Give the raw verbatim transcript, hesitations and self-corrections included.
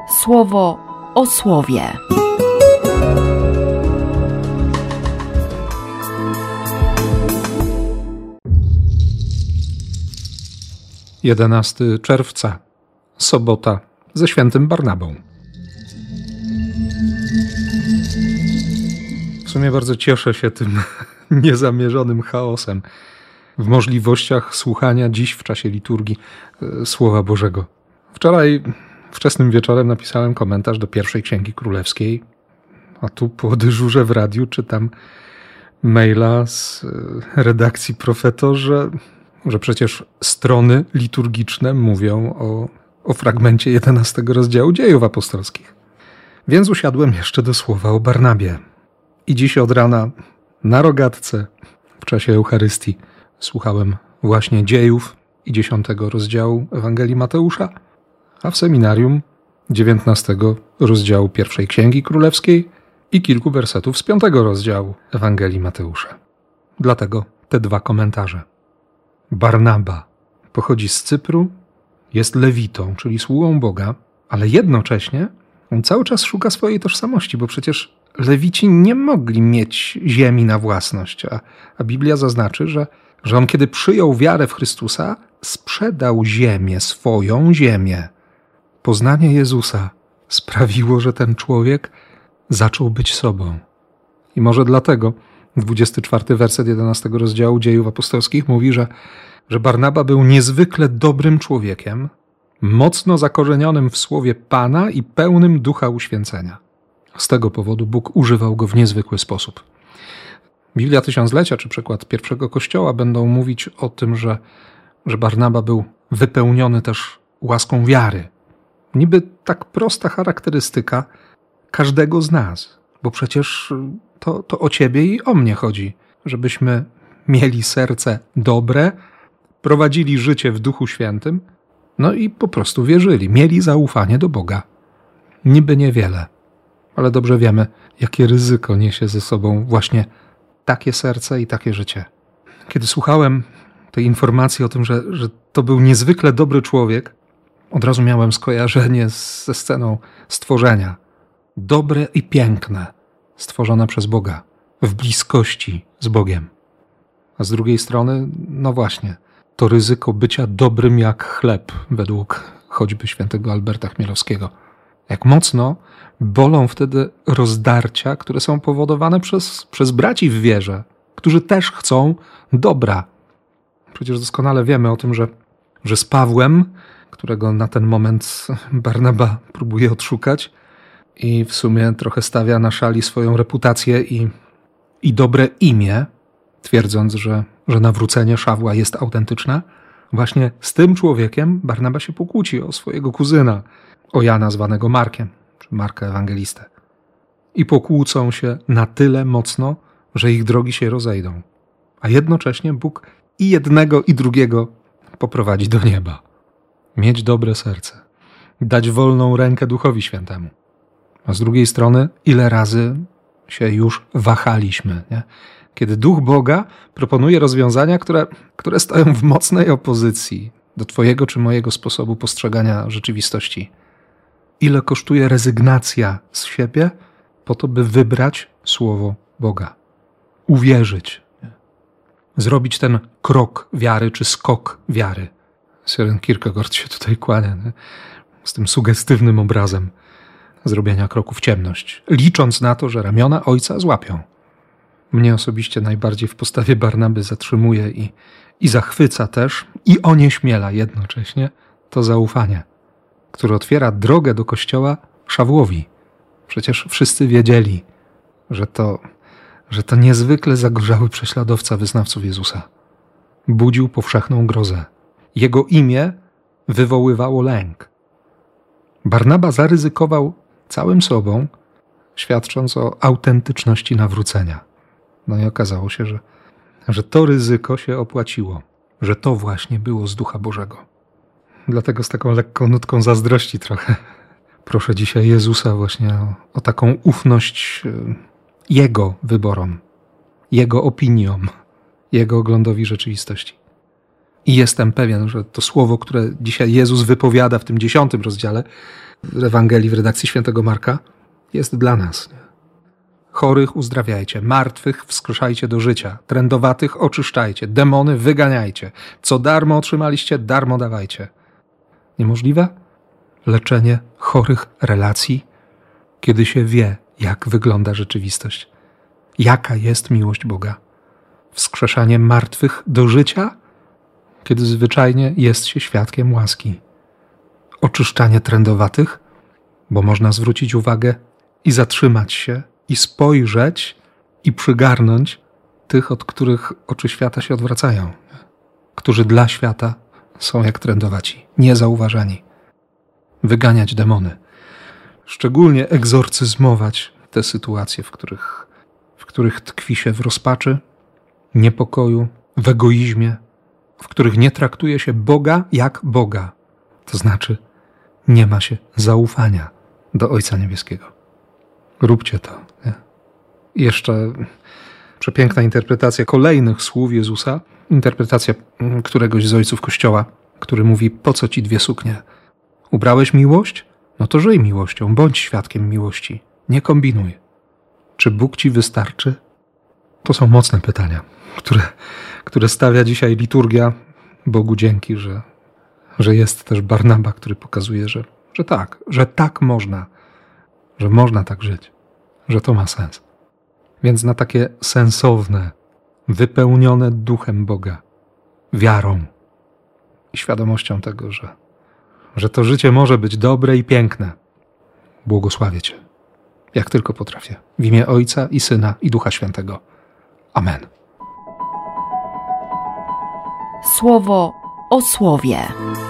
Słowo o słowie. jedenastego czerwca, sobota ze świętym Barnabą. W sumie bardzo cieszę się tym niezamierzonym chaosem w możliwościach słuchania dziś w czasie liturgii Słowa Bożego. Wczoraj wczesnym wieczorem napisałem komentarz do pierwszej Księgi Królewskiej, a tu po dyżurze w radiu czytam maila z redakcji Profeto, że, że przecież strony liturgiczne mówią o, o fragmencie jedenastego rozdziału Dziejów Apostolskich. Więc usiadłem jeszcze do słowa o Barnabie. I dziś od rana na rogatce w czasie Eucharystii słuchałem właśnie Dziejów i dziesiątego rozdziału Ewangelii Mateusza, a w seminarium dziewiętnastego rozdziału pierwszej Księgi Królewskiej i kilku wersetów z piątego rozdziału Ewangelii Mateusza. Dlatego te dwa komentarze. Barnaba pochodzi z Cypru, jest lewitą, czyli sługą Boga, ale jednocześnie on cały czas szuka swojej tożsamości, bo przecież lewici nie mogli mieć ziemi na własność, a, a Biblia zaznaczy, że, że on kiedy przyjął wiarę w Chrystusa, sprzedał ziemię, swoją ziemię. Poznanie Jezusa sprawiło, że ten człowiek zaczął być sobą. I może dlatego dwudziesty czwarty werset jedenastego rozdziału Dziejów Apostolskich mówi, że, że Barnaba był niezwykle dobrym człowiekiem, mocno zakorzenionym w słowie Pana i pełnym ducha uświęcenia. Z tego powodu Bóg używał go w niezwykły sposób. Biblia Tysiąclecia czy przykład pierwszego Kościoła będą mówić o tym, że, że Barnaba był wypełniony też łaską wiary. Niby tak prosta charakterystyka każdego z nas, bo przecież to, to o ciebie i o mnie chodzi, żebyśmy mieli serce dobre, prowadzili życie w Duchu Świętym, no i po prostu wierzyli, mieli zaufanie do Boga. Niby niewiele, ale dobrze wiemy, jakie ryzyko niesie ze sobą właśnie takie serce i takie życie. Kiedy słuchałem tej informacji o tym, że, że to był niezwykle dobry człowiek, od razu miałem skojarzenie ze sceną stworzenia. Dobre i piękne, stworzone przez Boga, w bliskości z Bogiem. A z drugiej strony, no właśnie, to ryzyko bycia dobrym jak chleb, według choćby świętego Alberta Chmielowskiego. Jak mocno bolą wtedy rozdarcia, które są powodowane przez, przez braci w wierze, którzy też chcą dobra. Przecież doskonale wiemy o tym, że, że z Pawłem, którego na ten moment Barnaba próbuje odszukać i w sumie trochę stawia na szali swoją reputację i, i dobre imię, twierdząc, że, że nawrócenie Szawła jest autentyczne, właśnie z tym człowiekiem Barnaba się pokłóci o swojego kuzyna, o Jana zwanego Markiem, czy Marka Ewangelistę. I pokłócą się na tyle mocno, że ich drogi się rozejdą. A jednocześnie Bóg i jednego, i drugiego poprowadzi do nieba. Mieć dobre serce. Dać wolną rękę Duchowi Świętemu. A z drugiej strony, ile razy się już wahaliśmy, nie? Kiedy Duch Boga proponuje rozwiązania, które, które stoją w mocnej opozycji do twojego czy mojego sposobu postrzegania rzeczywistości. Ile kosztuje rezygnacja z siebie po to, by wybrać Słowo Boga. Uwierzyć. Nie? Zrobić ten krok wiary czy skok wiary. Søren Kierkegaard się tutaj kłania, nie? Z tym sugestywnym obrazem zrobienia kroku w ciemność, licząc na to, że ramiona Ojca złapią. Mnie osobiście najbardziej w postawie Barnaby zatrzymuje i, i zachwyca też i onieśmiela jednocześnie to zaufanie, które otwiera drogę do Kościoła Szawłowi. Przecież wszyscy wiedzieli, że to, że to niezwykle zagorzały prześladowca wyznawców Jezusa. Budził powszechną grozę. Jego imię wywoływało lęk. Barnaba zaryzykował całym sobą, świadcząc o autentyczności nawrócenia. No i okazało się, że, że to ryzyko się opłaciło, że to właśnie było z Ducha Bożego. Dlatego z taką lekką nutką zazdrości trochę proszę dzisiaj Jezusa właśnie o, o taką ufność Jego wyborom, Jego opiniom, Jego oglądowi rzeczywistości. I jestem pewien, że to słowo, które dzisiaj Jezus wypowiada w tym dziesiątym rozdziale Ewangelii w redakcji świętego Marka, jest dla nas. Chorych uzdrawiajcie, martwych wskrzeszajcie do życia, trędowatych oczyszczajcie, demony wyganiajcie. Co darmo otrzymaliście, darmo dawajcie. Niemożliwe? Leczenie chorych relacji, kiedy się wie, jak wygląda rzeczywistość. Jaka jest miłość Boga? Wskrzeszanie martwych do życia, kiedy zwyczajnie jest się świadkiem łaski. Oczyszczanie trędowatych, bo można zwrócić uwagę i zatrzymać się, i spojrzeć, i przygarnąć tych, od których oczy świata się odwracają, którzy dla świata są jak trędowaci, niezauważani. Wyganiać demony. Szczególnie egzorcyzmować te sytuacje, w których, w których tkwi się w rozpaczy, niepokoju, w egoizmie, w których nie traktuje się Boga jak Boga. To znaczy, nie ma się zaufania do Ojca Niebieskiego. Róbcie to. Nie? I jeszcze przepiękna interpretacja kolejnych słów Jezusa, interpretacja któregoś z ojców Kościoła, który mówi: po co ci dwie suknie? Ubrałeś miłość? No to żyj miłością, bądź świadkiem miłości. Nie kombinuj. Czy Bóg ci wystarczy? To są mocne pytania, które, które stawia dzisiaj liturgia. Bogu dzięki, że, że jest też Barnaba, który pokazuje, że, że tak, że tak można, że można tak żyć, że to ma sens. Więc na takie sensowne, wypełnione duchem Boga, wiarą i świadomością tego, że, że to życie może być dobre i piękne, błogosławię Cię, jak tylko potrafię. W imię Ojca i Syna i Ducha Świętego. Amen. Słowo o słowie.